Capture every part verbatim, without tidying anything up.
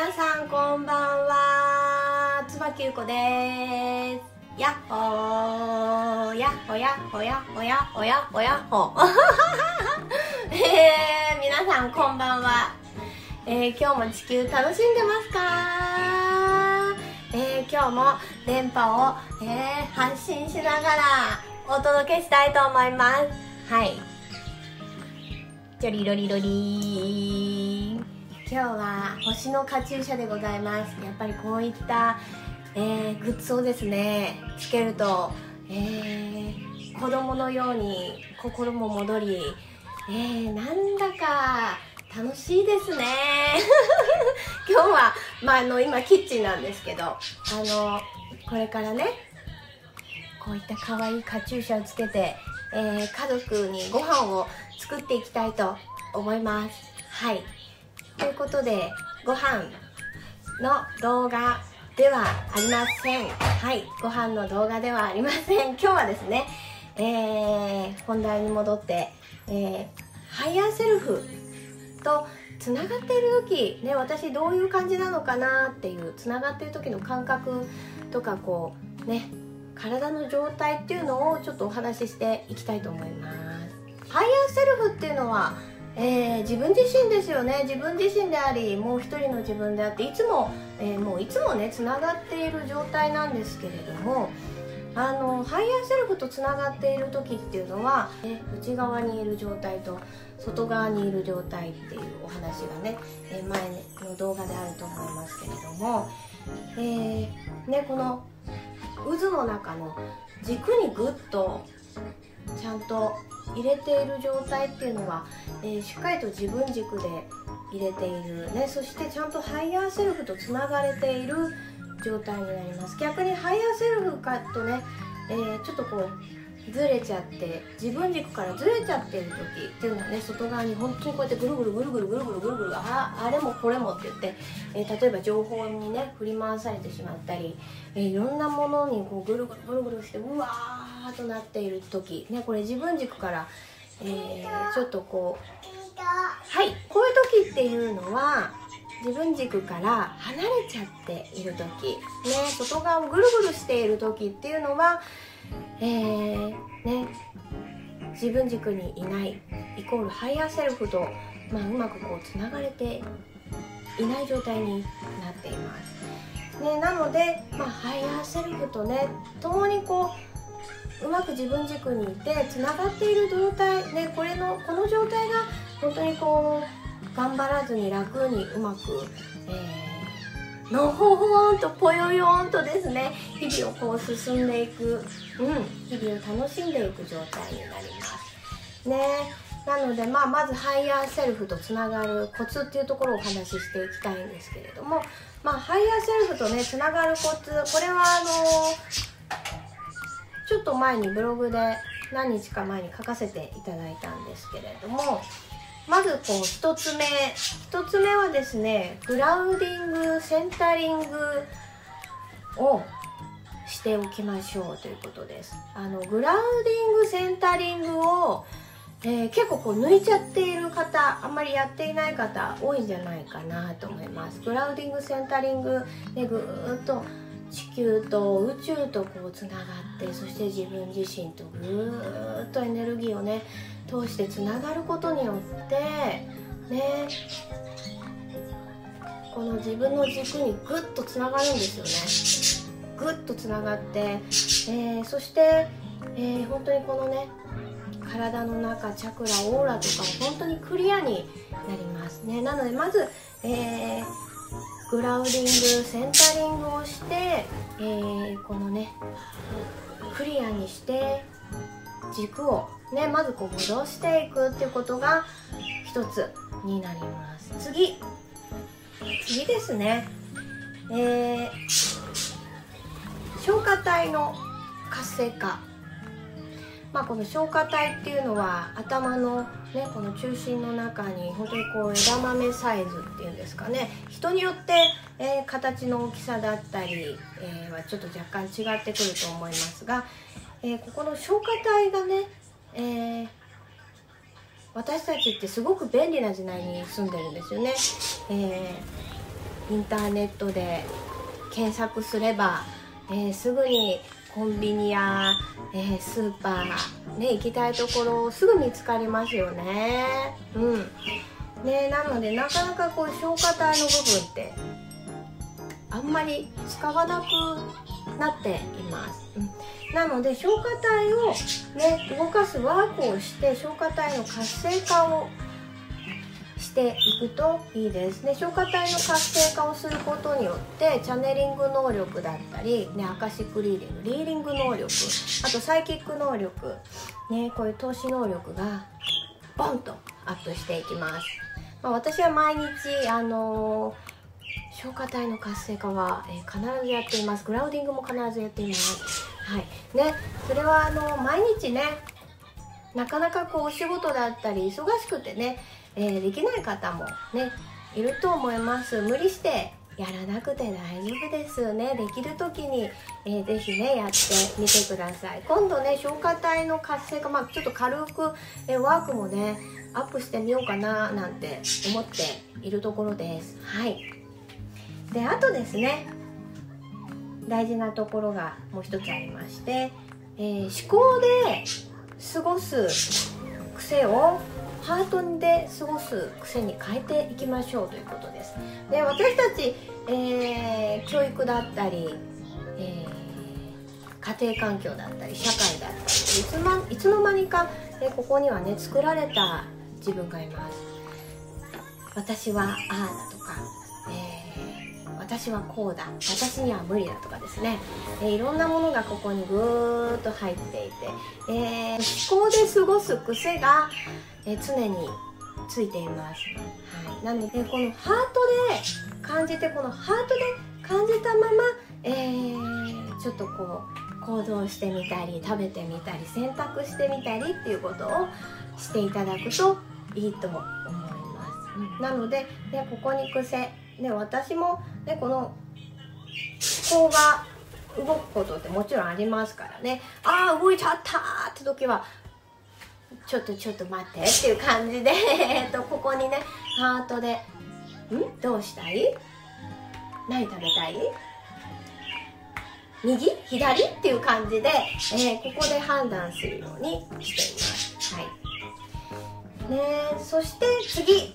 皆さんこんばんは、椿ゆうこです。やっほーやっほやっほやっほやっほやっほやっほえー、皆さんこんばんは。えー、今日も地球楽しんでますか？えー、今日も電波を、えー、発信しながらお届けしたいと思います。はい、ジョリロリロリー。今日は星のカチューシャでございます。やっぱりこういった、えー、グッズをですねつけると、えー、子供のように心も戻り、えー、なんだか楽しいですね今日は、まあ、あの今キッチンなんですけど、あのこれからねこういった可愛いカチューシャをつけて、えー、家族にご飯を作っていきたいと思います。はい、ということでご飯の動画ではありません。はい、ご飯の動画ではありません。今日はですね、えー、本題に戻って、えー、ハイヤーセルフとつながっている時、ね、私どういう感じなのかなっていうつながっている時の感覚とかこうね体の状態っていうのをちょっとお話ししていきたいと思います。ハイヤーセルフっていうのは、えー、自分自身ですよね。自分自身でありもう一人の自分であって、いつも、えー、もういつもねつながっている状態なんですけれども、あのハイヤーセルフとつながっている時っていうのは、ね、内側にいる状態と外側にいる状態っていうお話がね、えー、前の動画であると思いますけれども、えーね、この渦の中の軸にグッとちゃんと入れている状態っていうのは、えー、しっかりと自分軸で入れている、ね、そしてちゃんとハイヤーセルフとつながれている状態になります。逆にハイヤーセルフかとね、えー、ちょっとこうずれちゃって自分軸からずれちゃっている時っていうのはね、外側に本当にこうやってぐるぐるぐるぐるぐるぐるぐるぐる あ, あれもこれもって言って、えー、例えば情報にね振り回されてしまったり、えー、いろんなものにこうぐるぐるぐるぐるしてうわーっとなっている時、ね、これ自分軸から、えー、ちょっとこうはいこういう時っていうのは自分軸から離れちゃっている時、ね、外側をぐるぐるしている時っていうのは、えーね、自分軸にいないイコールハイヤーセルフと、まあ、うまくこうつながれていない状態になっています、ね、なので、まあ、ハイヤーセルフとね共にこううまく自分軸にいてつながっている状態、ね、これのこの状態が本当にこう頑張らずに楽にうまく、えー、のほほーんとぽよよーんとですね日々をこう進んでいく、うん、日々を楽しんでいく状態になりますね。なので、まあ、まずハイヤーセルフとつながるコツっていうところをお話ししていきたいんですけれども、まあ、ハイヤーセルフとねつながるコツ、これはあのちょっと前にブログで何日か前に書かせていただいたんですけれども、まずこう一つ目一つ目はですね、グラウディングセンタリングをしておきましょうということです。あのグラウディングセンタリングを、えー、結構こう抜いちゃっている方、あんまりやっていない方多いんじゃないかなと思います。グラウディングセンタリングでぐーっと地球と宇宙とこうつながって、そして自分自身とぐーっとエネルギーをね通してつながることによってね、この自分の軸にグッとつながるんですよね。グッとつながって、えー、そして、えー、本当にこのね体の中チャクラオーラとか本当にクリアになりますね。なのでまず、えーグラウディングセンタリングをして、えー、このねクリアにして軸をねまずこう戻していくっていうことが一つになります。次次ですね、えー、消化体の活性化。まあ、この消化体っていうのは頭の、ね、この中心の中に本当にこう枝豆サイズっていうんですかね、人によって、えー、形の大きさだったり、えー、はちょっと若干違ってくると思いますが、えー、ここの消化体がね、えー、私たちってすごく便利な時代に住んでるんですよね。えインターネットで検索すれば、えー、すぐにコンビニや、えー、スーパー、ね、行きたいところすぐ見つかりますよね。うんね、なのでなかなかこう消化体の部分ってあんまり使わなくなっています。うん、なので消化体を、ね、動かすワークをして消化体の活性化をしていくといいですね。消化体の活性化をすることによってチャネリング能力だったり、ね、アカシックリーディング、リーディング能力、あとサイキック能力、ね、こういう投資能力がボンとアップしていきます。まあ、私は毎日、あのー消化体の活性化は、えー、必ずやっています。グラウディングも必ずやっています。はいね、それはあの毎日ね、なかなかこうお仕事だったり忙しくてね、えー、できない方もねいると思います。無理してやらなくて大丈夫ですね。できる時に、えー、ぜひねやってみてください。今度ね消化体の活性化、まあ、ちょっと軽く、えー、ワークもねアップしてみようかななんて思っているところです。はい。であとですね、大事なところがもう一つありまして、えー、思考で過ごす癖をハートで過ごす癖に変えていきましょうということです。で私たち、えー、教育だったり、えー、家庭環境だったり社会だったりいつ,、ま、いつの間にか、えー、ここにはね作られた自分がいます。私はああだとか、えー私はこうだ、私には無理だとかですね、えー、いろんなものがここにぐーっと入っていて、えー、思考で過ごす癖が、えー、常についています。はい、なのでこのハートで感じて、このハートで感じたまま、えー、ちょっとこう行動してみたり食べてみたり選択してみたりっていうことをしていただくといいと思います。うん、なので、ね、ここに癖ね、私も、ね、この思考が動くことってもちろんありますからね。ああ動いちゃったって時はちょっとちょっと待ってっていう感じでえっとここにねハートでんどうしたい、何食べたい、右左っていう感じで、えー、ここで判断するようにしています。はいね、そして次、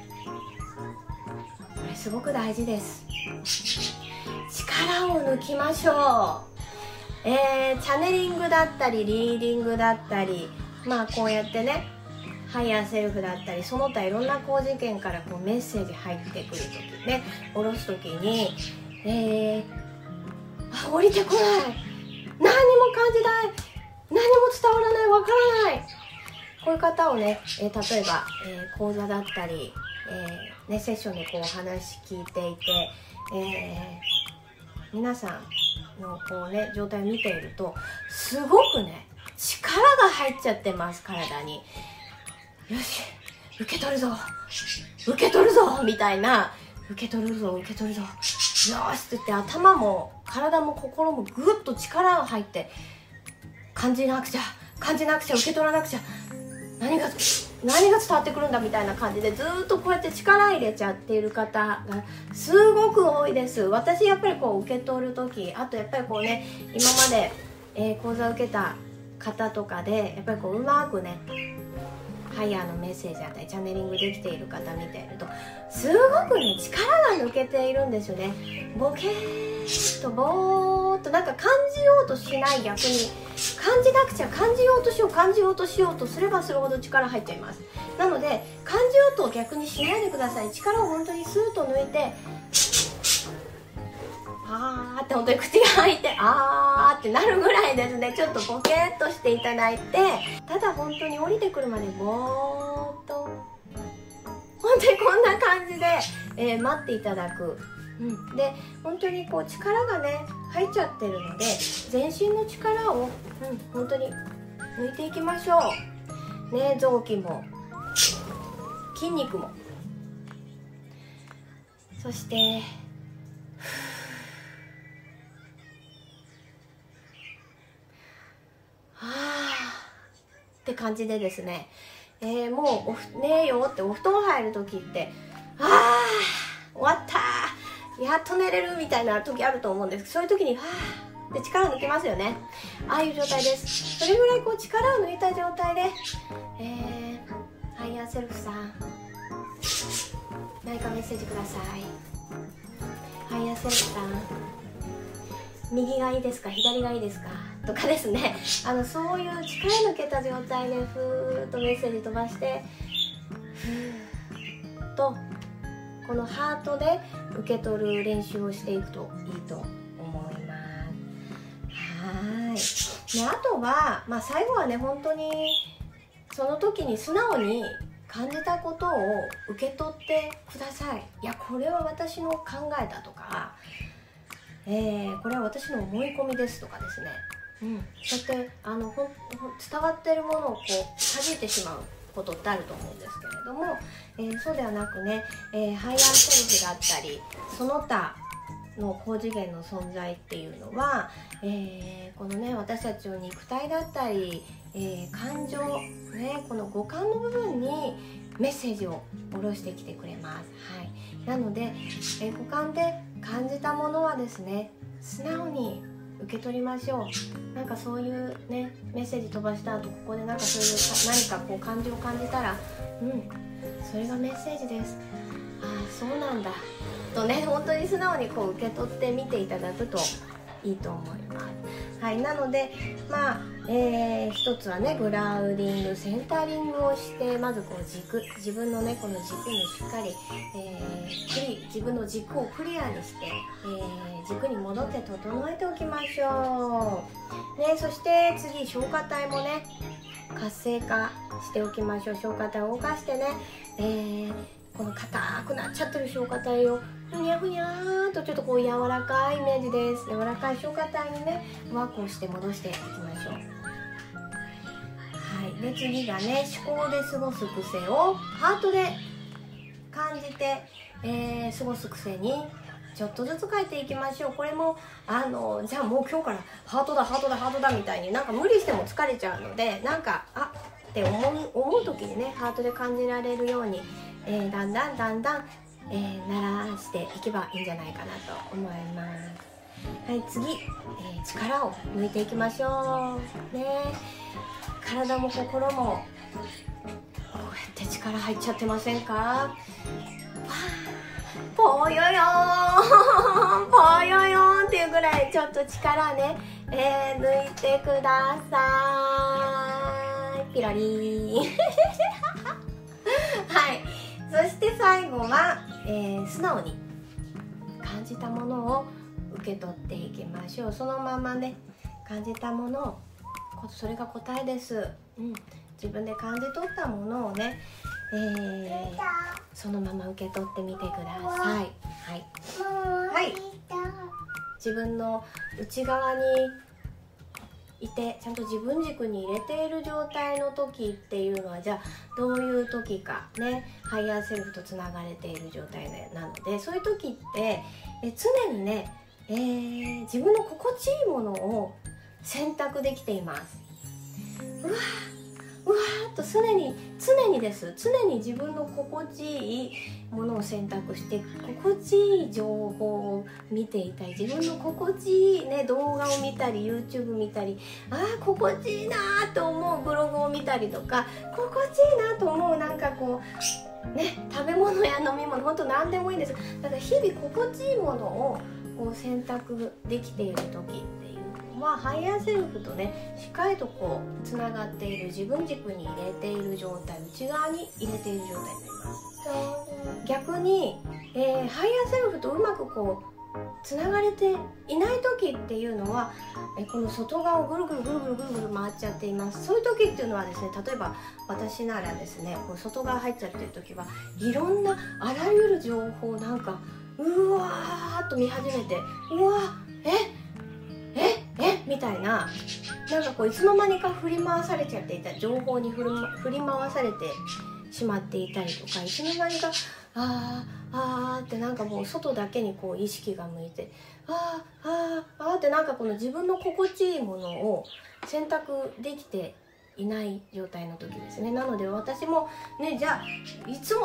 すごく大事です。力を抜きましょう。えー、チャネリングだったりリーディングだったり、まあこうやってねハイヤーセルフだったりその他いろんな高次元からこうメッセージ入ってくるときね、下ろすときに、えー、あ降りてこない、何にも感じない、何も伝わらない、わからない、こういう方をね、えー、例えば、えー、講座だったり、えーね、セッションでこう話聞いていて、えー、皆さんのこう、ね、状態を見ているとすごくね力が入っちゃってます。体によし受け取るぞ受け取るぞみたいな、受け取るぞ受け取るぞよしって言って頭も体も心もぐっと力が入って感じなくちゃ感じなくちゃ受け取らなくちゃ、何が何が伝わってくるんだみたいな感じでずっとこうやって力入れちゃっている方がすごく多いです。私やっぱりこう受け取る時、あとやっぱりこうね今まで、えー、講座を受けた方とかでやっぱりこううまくねハイヤーのメッセージだったりチャネリングできている方見ているとすごくね力が抜けているんですよね。ボケーっとぼーっとなんか感じようとしない、逆に感じなくちゃ感じようとしよう感じようとしようとすればするほど力入っちゃいます。なので感じようと逆にしないでください。力を本当にスーッと抜いてあーって本当に口が開いてあーってなるぐらいですね、ちょっとボケーっとしていただいて、ただ本当に降りてくるまでぼーっと本当にこんな感じで、えー、待っていただく。うん、で本当にこう力がね入っちゃってるので全身の力を、うん、本当に抜いていきましょうね。臓器も筋肉も、そしてはーって感じでですね、えー、もうおねえよってお布団入る時ってあー終わったやっと寝れるみたいな時あると思うんです。そういう時にはぁで力抜けますよね。ああいう状態です。それぐらいこう力を抜いた状態で、えー、ハイヤーセルフさん何かメッセージください。ハイヤーセルフさん右がいいですか左がいいですかとかですね、あのそういう力抜けた状態でふーっとメッセージ飛ばしてふーっとこのハートで受け取る練習をしていくといいと思います。はい、ね、あとは、まあ、最後はね本当にその時に素直に感じたことを受け取ってください。いやこれは私の考えだとか、えー、これは私の思い込みですとかですね、うん、そうやってあのほん伝わってるものをこう弾いてしまうことってあると思うんですけれども、えー、そうではなくね、えー、ハイヤーセルフだったりその他の高次元の存在っていうのは、えー、このね私たちの肉体だったり、えー、感情、ね、この五感の部分にメッセージを下ろしてきてくれます。はい、なので、えー、五感で感じたものはですね素直に受け取りましょう。なんかそういうねメッセージ飛ばした後ここでなんかそういう何かこう感情を感じたら、うんそれがメッセージです。ああそうなんだとね本当に素直にこう受け取ってみていただくといいと思います。はい、なのでまあ、えー、一つはねグラウディングセンタリングをしてまずこう軸自分のねこの軸にしっかり、えー、クリ自分の軸をクリアにして、えー、軸に戻って整えておきましょう、ね、そして次消化体もね活性化しておきましょう。消化体を動かしてね、えー、この硬くなっちゃってる消化体をふにゃふにゃーっとちょっとこう柔らかいイメージです。柔らかい消化体にねワークをして戻していきましょう。はい、で次がね思考で過ごす癖をハートで感じて、えー、過ごす癖にちょっとずつ変えていきましょう。これもあのじゃあもう今日からハートだハートだハートだみたいになんか無理しても疲れちゃうので、なんかあって思う思う時にねハートで感じられるように、えー、だんだんだんだん、えー、慣らしていけばいいんじゃないかなと思います。はい、次、えー、力を抜いていきましょうね。体も心もこうやって力入っちゃってませんか？ぽよよーんぽよよーんっていうぐらいちょっと力ね、えー、抜いてください。ピロリーはいそして最後は、えー、素直に感じたものを受け取っていきましょう。そのままね感じたものをそれが答えです、うん、自分で感じ取ったものをね、えー、そのまま受け取ってみてください。はい、はい、自分の内側にいてちゃんと自分軸に入れている状態の時っていうのはじゃあどういう時かね、ハイヤーセルフとつながれている状態なので、そういう時ってえ常にね、えー、自分の心地いいものを選択できています。うわうわーっと常に常にです常に自分の心地いいものを選択して心地いい情報を見ていたり、自分の心地いい、ね、動画を見たり YouTube 見たり、あー心地いいなーと思うブログを見たりとか、心地いいなと思うなんかこうね食べ物や飲み物本当何でもいいんです。だから日々心地いいものをこう選択できている時っていうのはハイヤーセルフとねしっかりとこうつながっている自分軸に入れている状態、内側に入れている状態になります。逆に、えー、ハイヤーセルフとうまくこうつながれていない時っていうのはえこの外側をぐるぐるぐるぐるぐるぐる回っちゃっています。そういう時っていうのはですね、例えば私ならですねこう外側入っちゃってる時はいろんなあらゆる情報なんかうわーっと見始めて、うわえええみたいな、なんかこういつの間にか振り回されちゃっていた情報に振り、振り回されてしまっていたりとか、いつの間にかあーあーってなんかもう外だけにこう意識が向いて、あーあーあーってなんかこの自分の心地いいものを選択できていない状態の時ですね。なので私もねじゃあいつも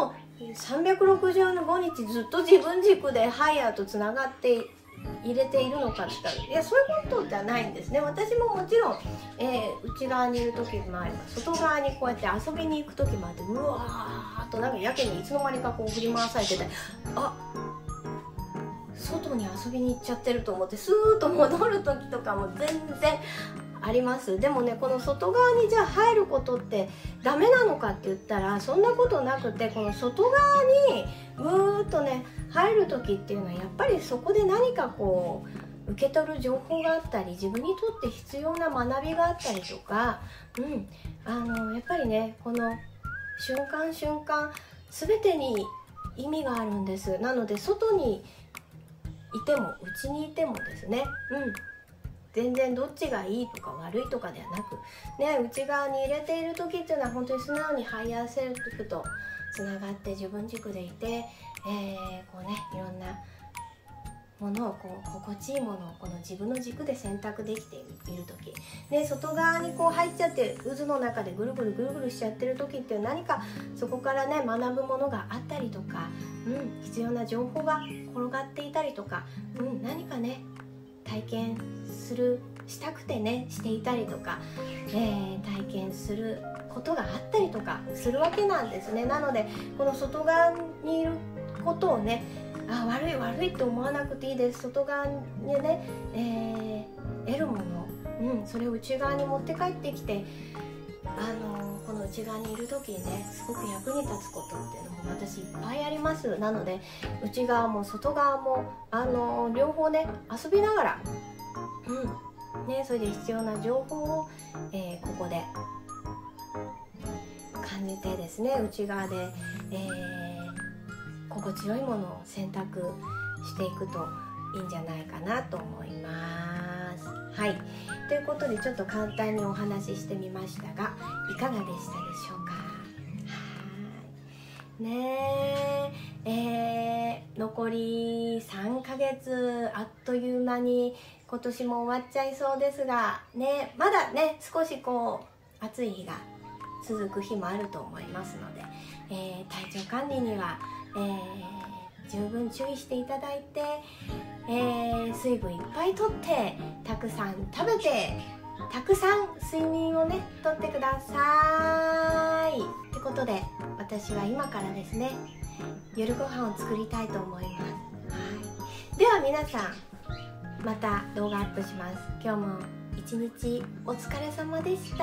さんびゃくろくじゅうごにちずっと自分軸でハイヤーとつながって入れているのかって言ったら、いやそういうことではないんですね。私ももちろん、えー、内側にいる時もあれば外側にこうやって遊びに行く時もあって、うわーっとなんかやけにいつの間にかこう振り回されてて、あ外に遊びに行っちゃってると思ってスーッと戻る時とかも全然あります。でもね、この外側にじゃあ入ることってダメなのかって言ったらそんなことなくて、この外側にぐーっとね入る時っていうのはやっぱりそこで何かこう受け取る情報があったり、自分にとって必要な学びがあったりとか、うん、あのやっぱりねこの瞬間瞬間全てに意味があるんです。なので外にいても内にいてもですね、うん全然どっちがいいとか悪いとかではなく、ね、内側に入れている時っていうのは本当に素直にハイヤーセルフとつながって自分軸でいて、えー、こうねいろんなものをこう心地いいものをこの自分の軸で選択できている時、ね、外側にこう入っちゃって渦の中でぐるぐるぐるぐるしちゃってる時っていう何かそこからね学ぶものがあったりとか、うん、必要な情報が転がっていたりとか、うん、何かね体験するしたくてねしていたりとか、えー、体験することがあったりとかするわけなんですね。なのでこの外側にいることをねあ悪い悪いって思わなくていいです。外側にね、えー、得るもの、うん、それを内側に持って帰ってきて、あのー、この内側にいる時にねすごく役に立つことっていうのも私いっぱいあります。なので内側も外側も、あのー、両方ね遊びながら、うんね、それで必要な情報を、えー、ここで感じてですね、内側で、えー、心地よいものを選択していくといいんじゃないかなと思います。はい、ということでちょっと簡単にお話ししてみましたがいかがでしたでしょうか。はいねええー、残りさんかげつあっという間に今年も終わっちゃいそうですがね、まだね少しこう暑い日が続く日もあると思いますので、えー、体調管理には、えー、十分注意していただいて、えー、水分いっぱいとってたくさん食べてたくさん睡眠をねとってください。ということで私は今からですね夜ご飯を作りたいと思います。はい、では皆さんまた動画アップします。今日も一日お疲れ様でした。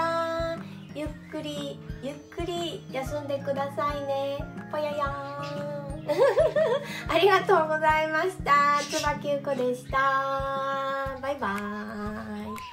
ゆっくりゆっくり休んでくださいね。ぽややーんありがとうございました。椿ゆうこでした。バイバーイ。